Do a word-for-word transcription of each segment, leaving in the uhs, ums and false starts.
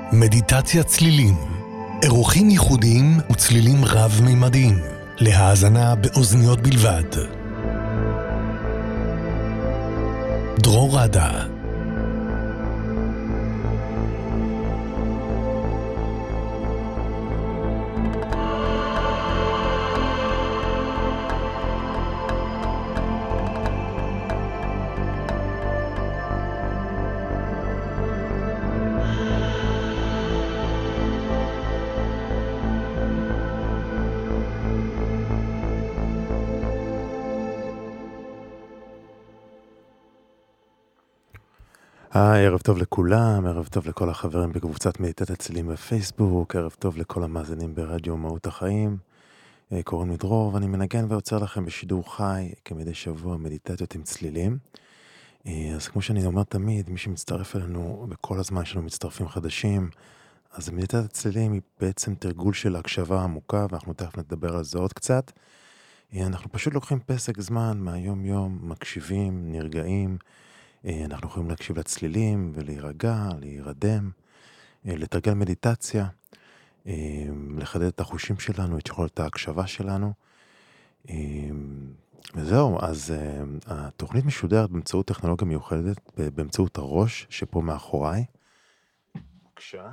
מדיטציה צלילים, אירוחים ייחודיים וצלילים רב-מימדיים, להאזנה באוזניות בלבד. דרור רדה. היי, ערב טוב לכולם, ערב טוב לכל החברים בקבוצת מדיטציה צלילים בפייסבוק, ערב טוב לכל המאזינים ברדיו מהות החיים. קוראים לי דרור ואני מנגן ויוצר לכם בשידור חי כמדי שבוע מדיטציות עם צלילים. אז כמו שאני אומר תמיד, מי שמצטרף אלינו בכל הזמן שלנו מצטרפים חדשים, אז מדיטציית צלילים היא בעצם תרגול של הקשבה עמוקה, ואנחנו תכף נדבר על זה עוד קצת. אנחנו פשוט לוקחים פסק זמן מהיום יום, מקשיבים, נרגעים, אנחנו יכולים להקשיב לצלילים ולהירגע, להירדם, לתרגל מדיטציה, לחדד את החושים שלנו, את יכולת ההקשבה שלנו. וזהו, אז התוכנית משודרת באמצעות טכנולוגיה מיוחדת, באמצעות הראש שפה מאחוריי. בבקשה.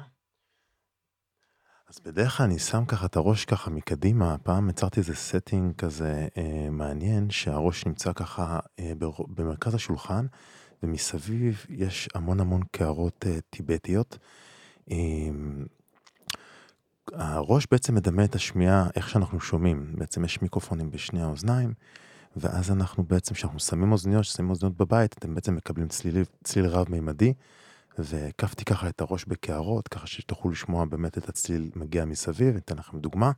אז בדרך כלל אני שם ככה את הראש ככה מקדימה, הפעם יצרתי איזה סטינג כזה מעניין, שהראש נמצא ככה במרכז השולחן, ומסביב יש המון המון קערות uh, טיבטיות. Um, הראש בעצם מדמה את השמיעה, איך שאנחנו שומעים. בעצם יש מיקרופונים בשני האוזניים, ואז אנחנו בעצם, כשאנחנו שמים אוזניות, ששמים אוזניות בבית, אתם בעצם מקבלים צליל, צליל רב-מימדי, והקפתי ככה את הראש בקערות, ככה שתוכלו לשמוע באמת את הצליל מגיע מסביב. ניתן לכם דוגמה.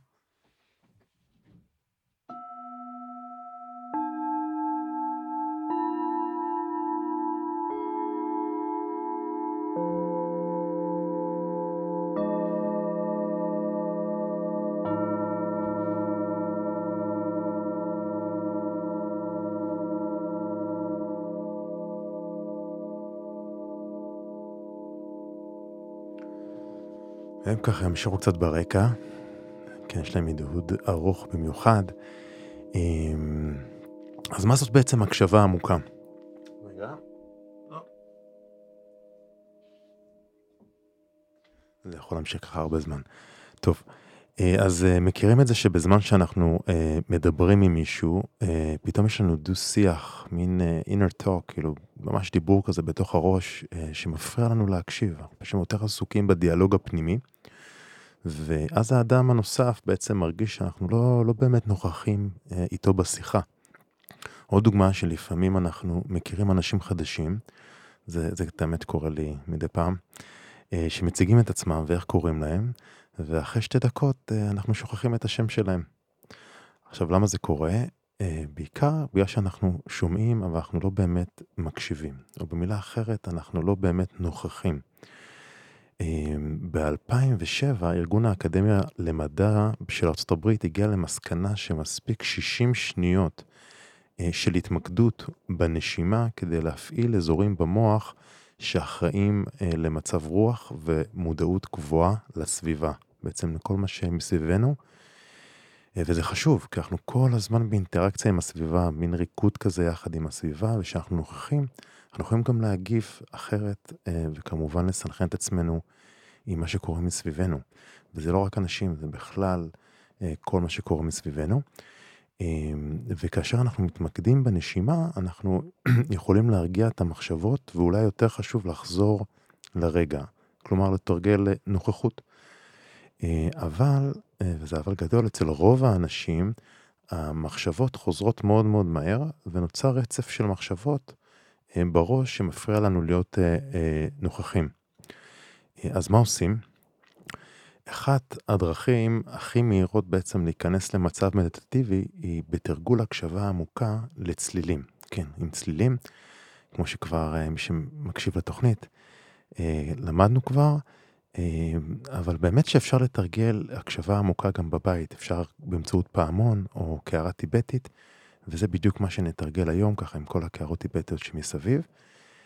הם ככה ימשכו קצת ברקע, כן, יש להם הדהוד ארוך במיוחד. אז מה זאת בעצם הקשבה עמוקה? רגע. זה יכול להמשיך ככה הרבה זמן. טוב, אז מכירים את זה שבזמן שאנחנו מדברים עם מישהו, פתאום יש לנו דו שיח, מין inner talk, כאילו ממש דיבור כזה בתוך הראש, שמפריע לנו להקשיב. אנחנו פשוט יותר עסוקים בדיאלוג הפנימי, ואז האדם הנוסף בעצם מרגיש שאנחנו לא, לא באמת נוכחים איתו בשיחה. עוד דוגמה שלפעמים אנחנו מכירים אנשים חדשים, זה, זה באמת קורה לי מדי פעם, שמציגים את עצמם ואיך קוראים להם, ואחרי שתי דקות אנחנו שוכחים את השם שלהם. עכשיו, למה זה קורה? בעיקר בגלל שאנחנו שומעים, אבל אנחנו לא באמת מקשיבים. או במילה אחרת, אנחנו לא באמת נוכחים. ב-אלפיים ושבע, ארגון האקדמיה למדע של ארצות הברית הגיע למסקנה שמספיק שישים שניות של התמקדות בנשימה כדי להפעיל אזורים במוח שאחראים למצב רוח ומודעות גבוהה לסביבה. בעצם לכל מה שמסביבנו, וזה חשוב, כי אנחנו כל הזמן באינטראקציה עם הסביבה, מין ריקוד כזה יחד עם הסביבה, ושאנחנו נוכחים, אנחנו יכולים גם להגיב אחרת, וכמובן לסנכרן את עצמנו עם מה שקורה מסביבנו. וזה לא רק אנשים, זה בכלל כל מה שקורה מסביבנו. וכאשר אנחנו מתמקדים בנשימה, אנחנו יכולים להרגיע את המחשבות, ואולי יותר חשוב לחזור לרגע, כלומר לתרגל נוכחות. אבל, וזה אבל גדול, אצל רוב האנשים, המחשבות חוזרות מאוד מאוד מהר, ונוצר רצף של מחשבות בראש שמפריע לנו להיות נוכחים. אז מה עושים? אחת הדרכים הכי מהירות בעצם להיכנס למצב מדיטטיבי, היא בתרגול הקשבה עמוקה לצלילים. כן, עם צלילים, כמו שכבר מי שמקשיב לתוכנית, למדנו כבר, אבל באמת שאפשר לתרגל הקשבה עמוקה גם בבית, אפשר באמצעות פעמון או קערה טיבטית, וזה בדיוק מה שנתרגל היום, ככה עם כל הקערות טיבטיות שמסביב.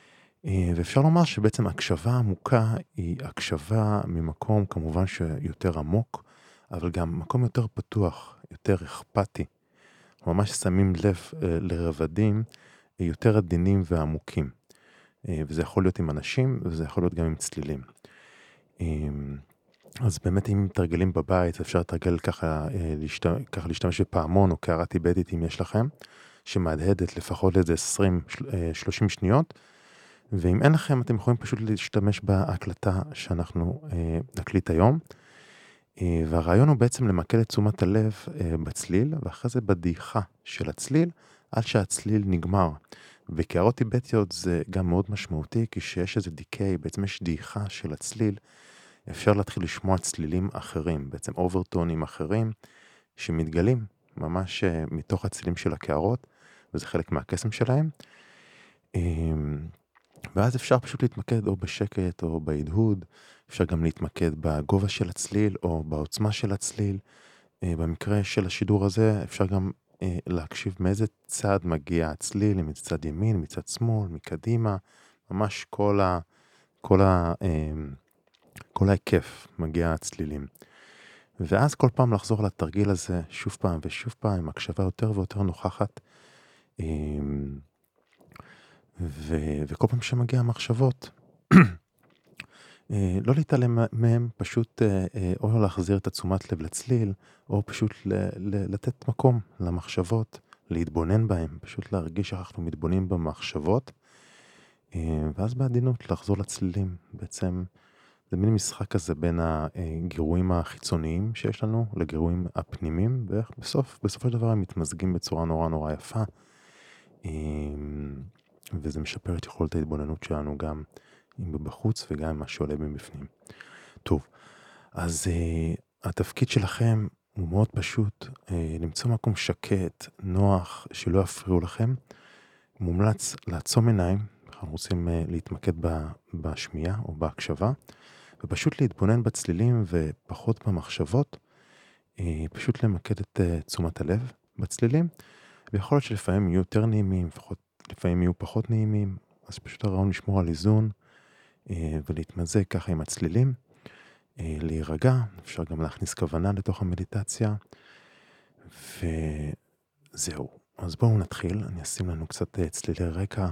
אה, ואפשר לומר שבעצם הקשבה עמוקה היא הקשבה ממקום כמובן שיותר עמוק, אבל גם מקום יותר פתוח, יותר אכפתי. ממש שמים לב אה, לרבדים אה, יותר עדינים ועמוקים. אה, וזה יכול להיות עם אנשים, וזה יכול להיות גם עם צלילים. אה, אז באמת אם מתרגלים בבית, אפשר לתרגל ככה, אה, להשת... ככה להשתמש בפעמון או קערה טיבטית אם יש לכם, שמהדהדת לפחות לאיזה עשרים שלושים שניות, ואם אין לכם, אתם יכולים פשוט להשתמש בהקלטה שאנחנו אה, נקליט היום, אה, והרעיון הוא בעצם למקד את תשומת הלב אה, בצליל, ואחרי זה בדעיכה של הצליל, עד שהצליל נגמר. בקערות טיבטיות זה גם מאוד משמעותי, כי שיש איזה דיקיי, בעצם יש דעיכה של הצליל, אפשר להתחיל לשמוע צלילים אחרים, בעצם אוברטונים אחרים, שמתגלים ממש אה, מתוך הצלילים של הקערות, וזה חלק מהקסם שלהם. אה, ואז אפשר פשוט להתמקד או בשקט או בהדהוד, אפשר גם להתמקד בגובה של הצליל או בעוצמה של הצליל. במקרה של השידור הזה אפשר גם להקשיב מאיזה צד מגיע הצליל, אם מצד ימין, מצד שמאל, מקדימה, ממש כל ה... כל ה... כל ההיקף מגיע הצלילים. ואז כל פעם לחזור לתרגיל הזה שוב פעם ושוב פעם, עם הקשבה יותר ויותר נוכחת. ו... וכל פעם שמגיע המחשבות, לא להתעלם מהם, פשוט או להחזיר את התשומת לב לצליל, או פשוט לתת מקום למחשבות, להתבונן בהם, פשוט להרגיש שאנחנו מתבוננים במחשבות, ואז בעדינות לחזור לצלילים. בעצם זה מין משחק כזה בין הגירויים החיצוניים שיש לנו לגירויים הפנימיים, ובסוף, בסופו של דבר הם מתמזגים בצורה נורא נורא יפה, וזה משפר את יכולת ההתבוננות שלנו גם בחוץ וגם מה שעולה מבפנים. טוב, אז uh, התפקיד שלכם הוא מאוד פשוט, uh, למצוא מקום שקט, נוח, שלא יפריעו לכם. מומלץ לעצום עיניים, אנחנו רוצים uh, להתמקד בשמיעה או בהקשבה, ופשוט להתבונן בצלילים ופחות במחשבות, uh, פשוט למקד את uh, תשומת הלב בצלילים, ויכול להיות שלפעמים יהיו יותר נעימים, לפחות, לפעמים יהיו פחות נעימים, אז פשוט הרעיון לשמור על איזון, ולהתמזג ככה עם הצלילים, להירגע, אפשר גם להכניס כוונה לתוך המדיטציה, וזהו. אז בואו נתחיל, אני אשים לנו קצת צלילי רקע.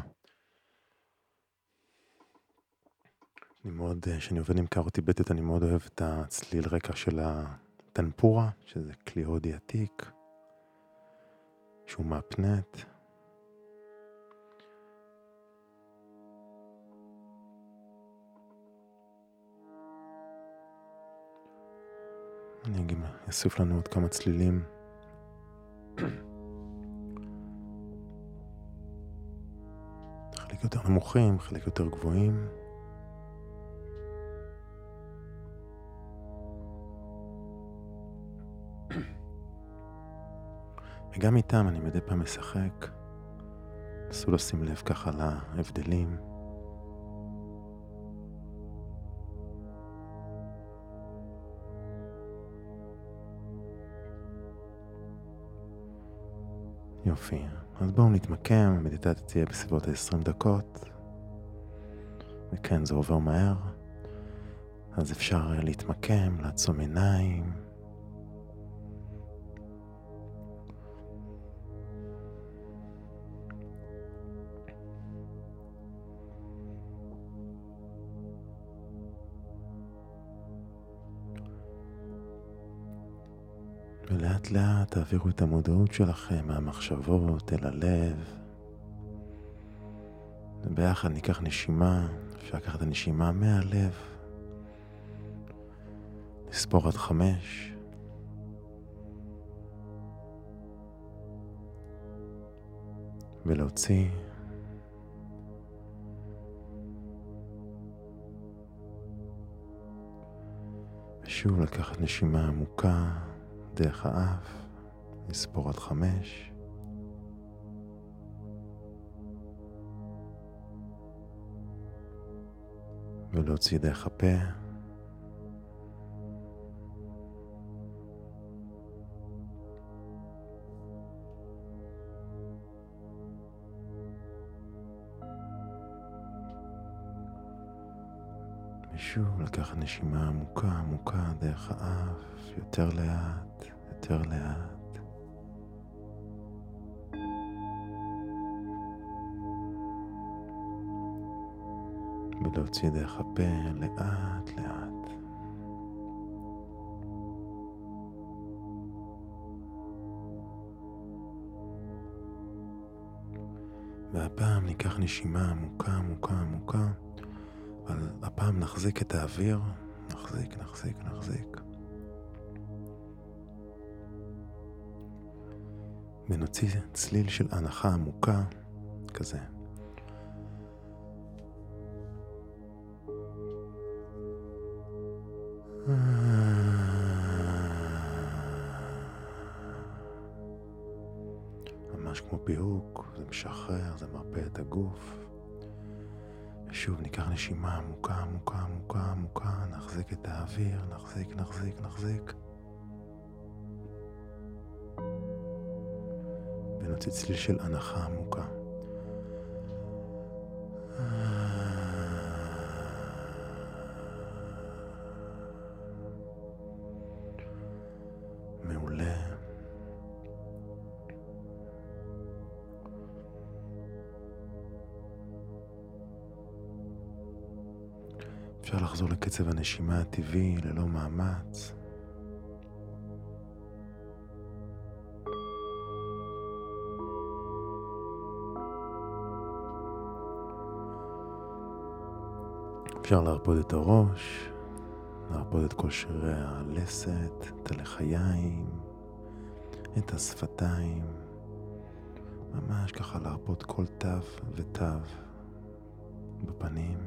אני מאוד, שאני עובד עם קערות טיבטית, אני מאוד אוהב את הצליל רקע של הטנפורה, שזה כלי הודי עתיק, שהוא מהפנט. אני גם אוסיף לנו עוד כמה צלילים. חלק יותר נמוכים, חלק יותר גבוהים. וגם איתם אני מדי פעם משחק. נסו לשים לב ככה להבדלים. יופי, אז בואו נתמקם, המדיטציה תהיה בסביבות ה-עשרים דקות, וכן, זה עובר מהר, אז אפשר להתמקם, לעצום עיניים, ולאט לאט תעבירו את המודעות שלכם מהמחשבות אל הלב. וביחד ניקח נשימה, אפשר לקחת את הנשימה מהלב, לספור עד חמש, ולהוציא. ושוב לקחת נשימה עמוקה דרך האף, לספור עד חמש, ולהוציא דרך הפה. ושוב לקחת נשימה עמוקה עמוקה דרך האף, יותר לאט, יותר לאט. ולהוציא דרך הפה לאט לאט. והפעם ניקח נשימה עמוקה עמוקה עמוקה, אבל הפעם נחזיק את האוויר, נחזיק, נחזיק, נחזיק. ונוציא צליל של הנחה עמוקה, כזה. ממש כמו פיהוק, זה משחרר, זה מרפא את הגוף. ושוב ניקח נשימה עמוקה עמוקה עמוקה עמוקה, נחזיק את האוויר, נחזיק, נחזיק, נחזיק. ונוציא צליל של הנחה עמוקה. מעולה. אפשר לחזור לקצב הנשימה הטבעי ללא מאמץ. אפשר להרפות את הראש, להרפות את כל שרירי הלסת, את הלחיים, את השפתיים, ממש ככה להרפות כל תו ותו בפנים.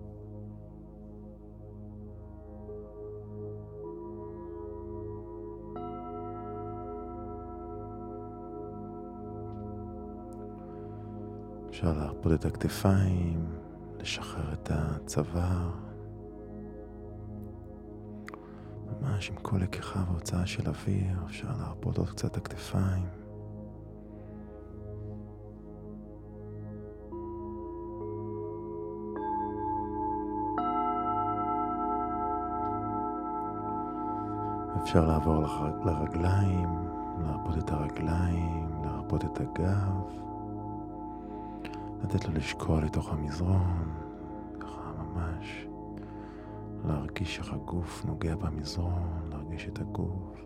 אפשר להרפות את הכתפיים, לשחרר את הצוואר. ממש עם כל לקיחה והוצאה של אוויר, אפשר להרפות עוד קצת את הכתפיים. אפשר לעבור לרג... לרגליים, להרפות את הרגליים, להרפות את הגב. לתת לו לשקוע לתוך המזרון, ככה ממש להרגיש איך הגוף נוגע במזרון, להרגיש את הגוף.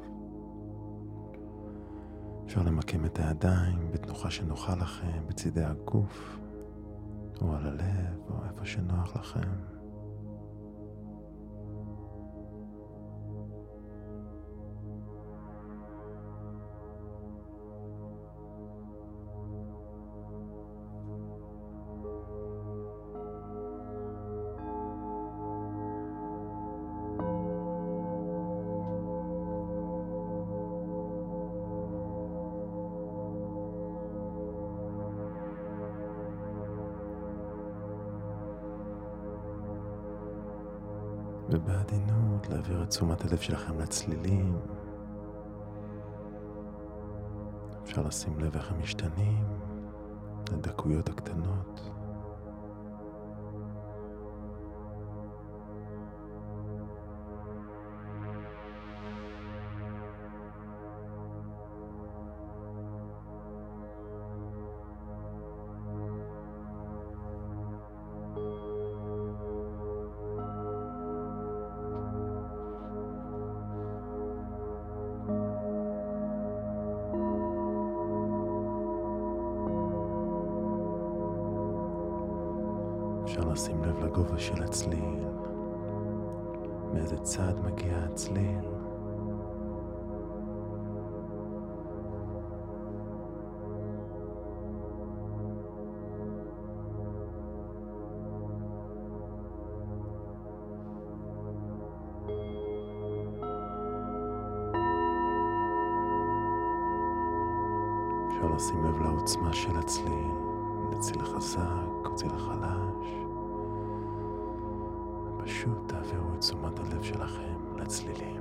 אפשר למקם את הידיים בתנוחה שנוחה לכם, בצידי הגוף, או על הלב, או איפה שנוח לכם. ובעדינות להעביר את תשומת הלב שלכם לצלילים. אפשר לשים לב איך הם משתנים, לדקויות הקטנות. אפשר לשים לב לגובה של הצליל, מאיזה צד מגיע הצליל. אפשר לשים לב לעוצמה של הצליל, נציל חזק, נציל חלש. פשוט תעבירו את תשומת הלב שלכם לצלילים.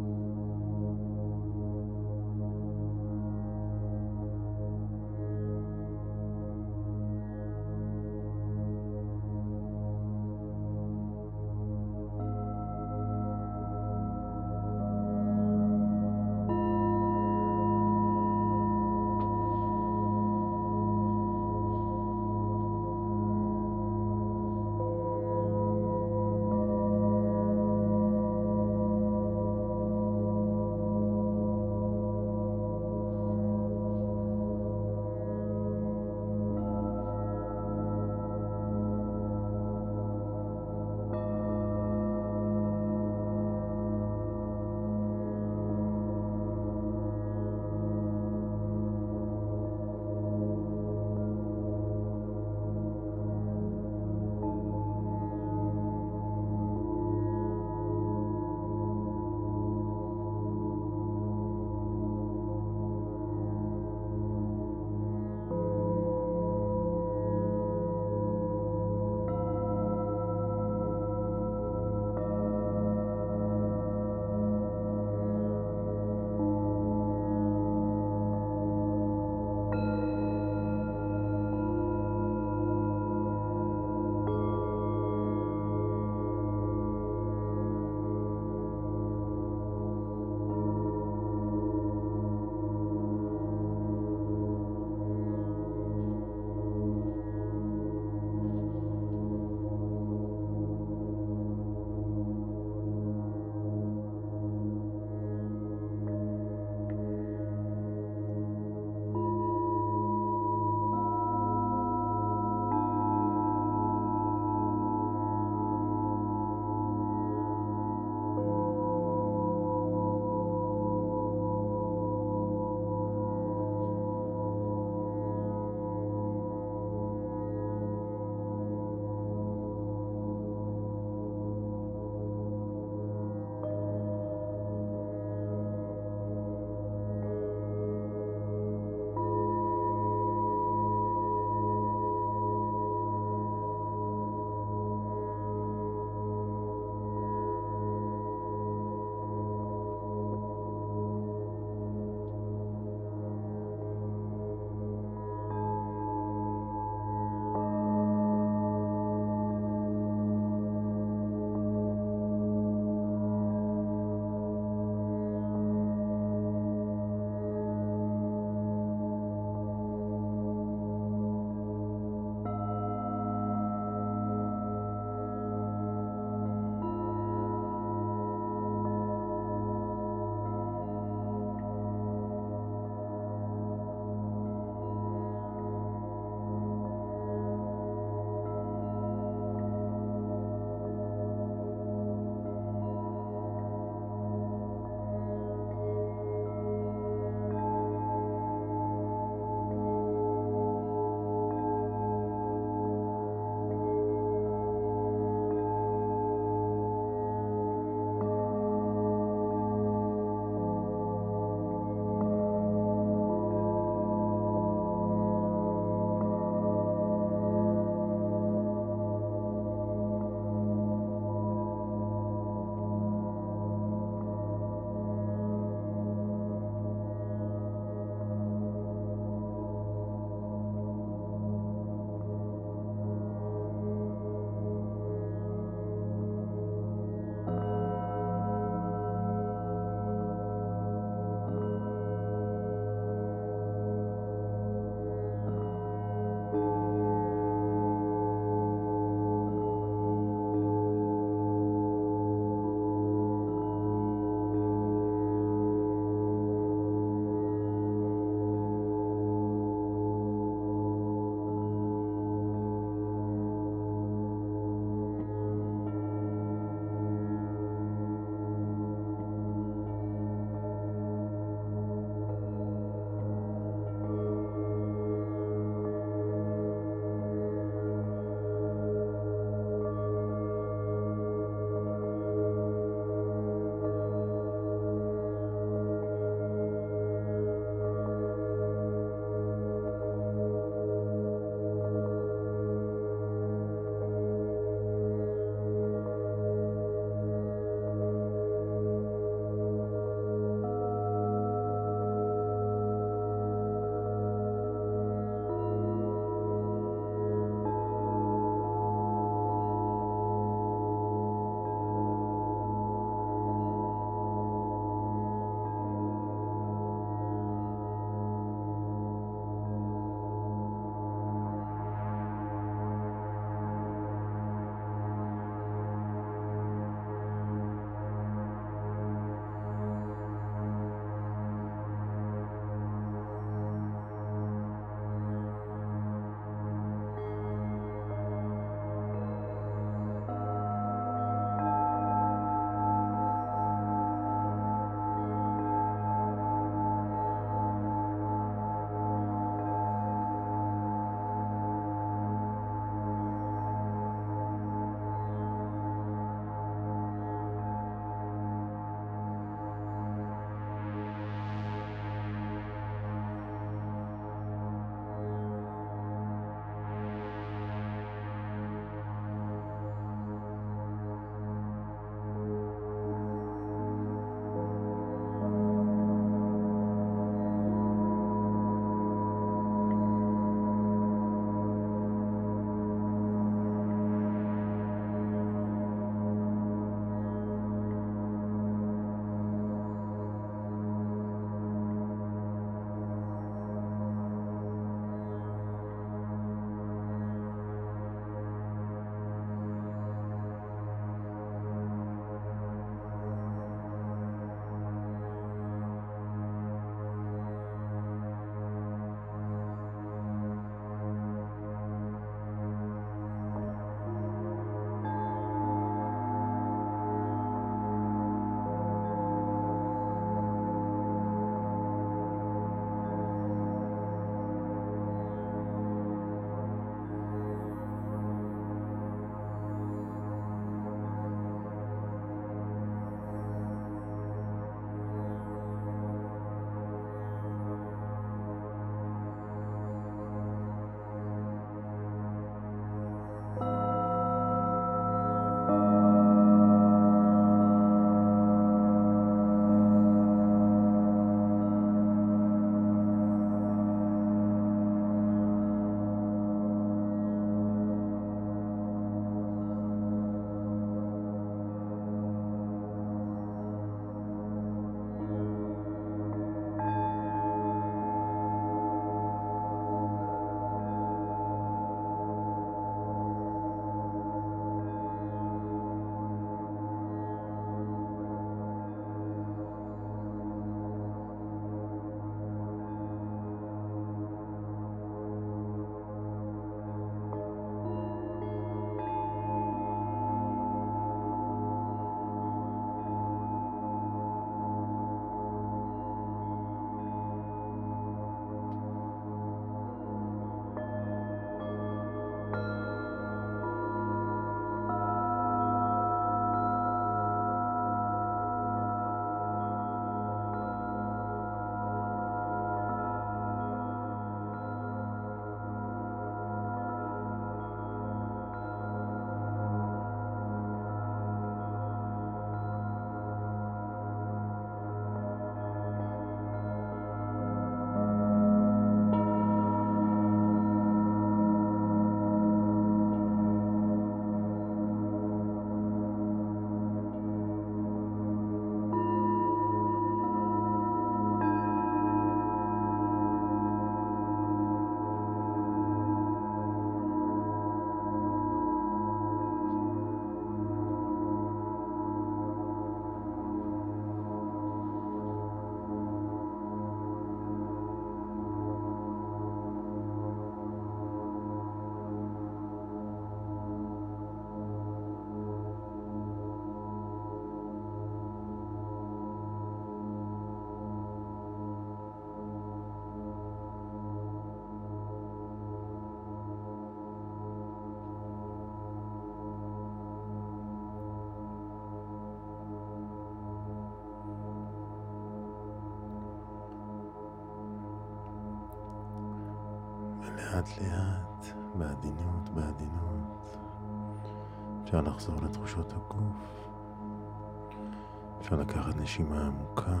לאט לאט, בעדינות, בעדינות. אפשר לחזור לתחושות הגוף. אפשר לקחת נשימה עמוקה.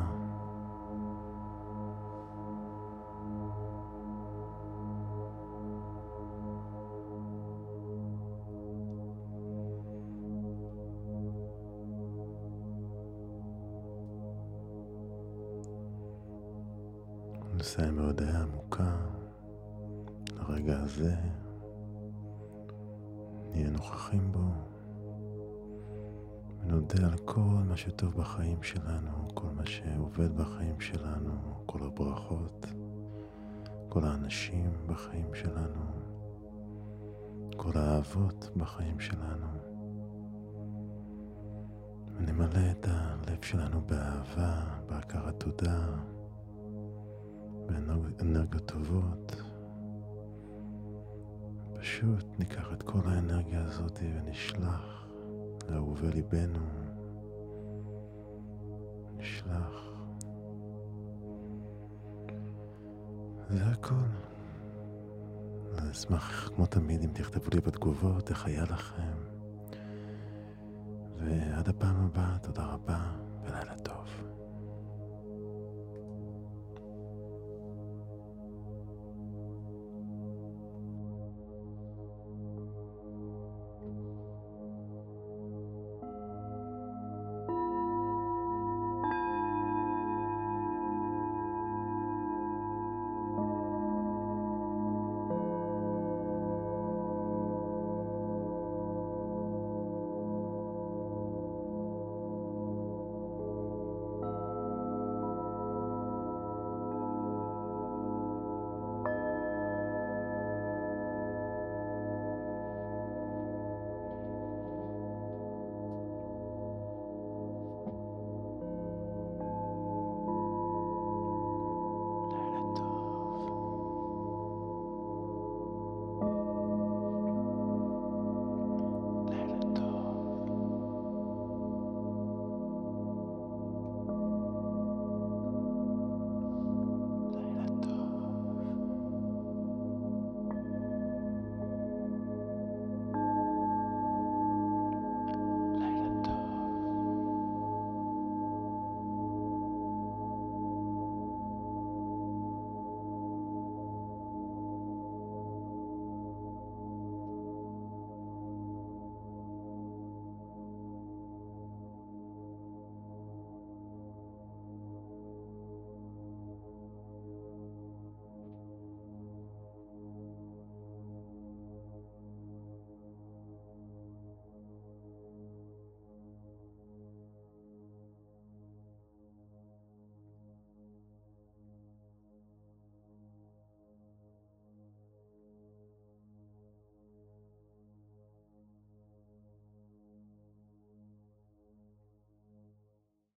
נסיים בהודעה עמוקה. לרגע הזה נהיה נוכחים בו ונודה על כל מה שטוב בחיים שלנו, כל מה שעובד בחיים שלנו, כל הברכות, כל האנשים בחיים שלנו, כל האהבות בחיים שלנו, ונמלא את הלב שלנו באהבה, בהכרת תודה, באנרגיות טובות. פשוט ניקח את כל האנרגיה הזאת ונשלח לאהובי ליבנו. נשלח. זה הכל. אני אשמח כמו תמיד אם תכתבו לי בתגובות איך היה לכם. ועד הפעם הבאה, תודה רבה ולילה טוב.